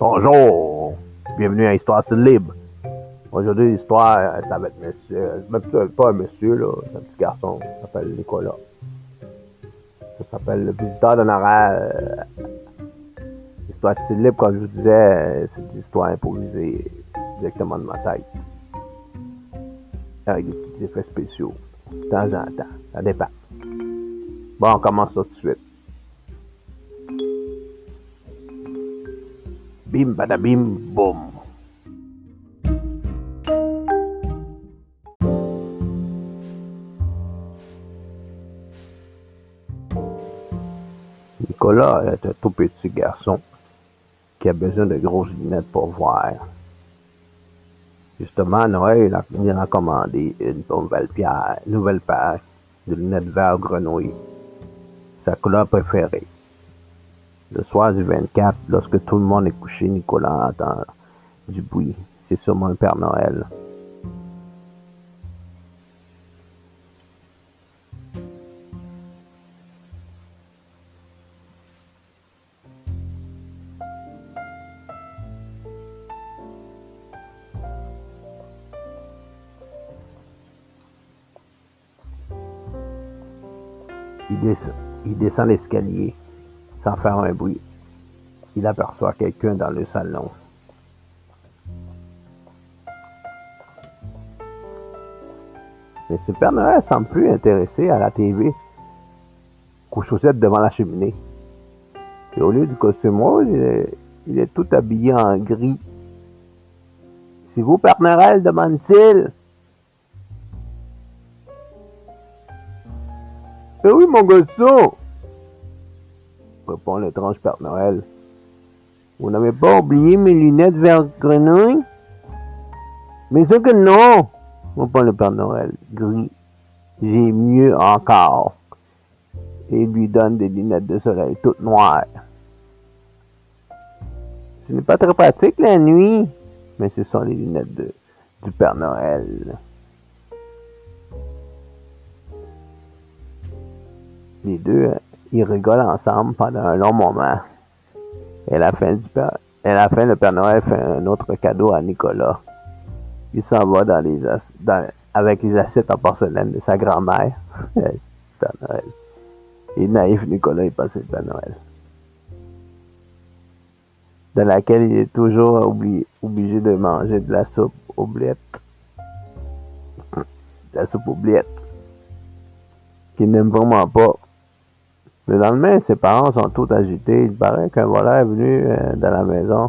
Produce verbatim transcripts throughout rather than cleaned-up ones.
Bonjour, bienvenue à Histoire sur Libre. Aujourd'hui, l'histoire, ça va être monsieur, même pas un monsieur, là, c'est un petit garçon qui s'appelle Nicolas. Ça s'appelle Le Visiteur d'honoraire. L'histoire de style libre, comme je vous disais, c'est une histoire improvisée directement de ma tête. Avec des petits effets spéciaux, de temps en temps, ça dépend. Bon, on commence ça tout de suite. Bim, badabim, boum. Nicolas est un tout petit garçon qui a besoin de grosses lunettes pour voir. Justement, à Noël, il a, il a commandé une nouvelle paire, une nouvelle paire de lunettes vert grenouille, sa couleur préférée. Le soir du vingt-quatre, lorsque tout le monde est couché, Nicolas entend du bruit. C'est sûrement le Père Noël. Il descend, il descend l'escalier sans faire un bruit. Il aperçoit quelqu'un dans le salon. Mais ce Père Noël semble plus intéressé à la T V qu'aux chaussettes devant la cheminée. Et au lieu du costume rose, il est, il est tout habillé en gris. « C'est vous, Père Noël ?» demande-t-il. « Eh oui, mon garçon !» répond l'étrange Père Noël. « Vous n'avez pas oublié mes lunettes vert grenouille ?»« Mais c'est que non !» répond le Père Noël, gris. « J'ai mieux encore. » Et il lui donne des lunettes de soleil toutes noires. Ce n'est pas très pratique la nuit, mais ce sont les lunettes de, du Père Noël. Les deux, ils rigolent ensemble pendant un long moment. Et à la fin, du père, et à la fin le Père Noël fait un autre cadeau à Nicolas. Il s'en va dans les dans, avec les assiettes en porcelaine de sa grand-mère. C'est Père Noël. Et naïf Nicolas est passé le Père Noël. Dans laquelle il est toujours obligé, obligé de manger de la soupe aux blettes. De la soupe aux blettes. Qu'il n'aime vraiment pas. Le lendemain, ses parents sont tous agités. Il paraît qu'un voleur est venu euh, dans la maison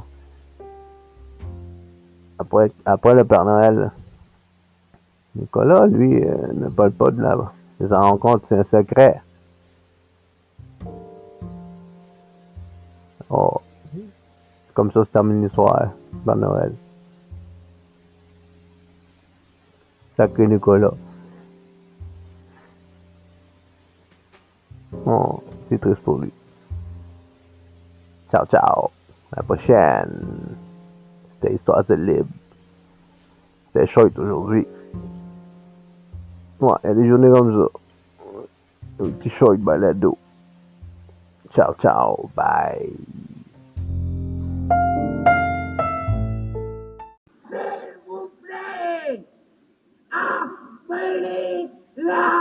après, après le Père Noël. Nicolas, lui, euh, ne parle pas de la, de sa rencontre, c'est un secret. Oh, c'est comme ça se termine l'histoire, Père Noël. Sacré Nicolas. Oh, c'est triste pour lui. Ciao, ciao. À la prochaine. C'était Histoire de Libre. C'était chouette aujourd'hui. Ouais, il y a des journées comme ça. Un petit chouette balado. Ciao, ciao. Bye. S'il vous plaît, appelez la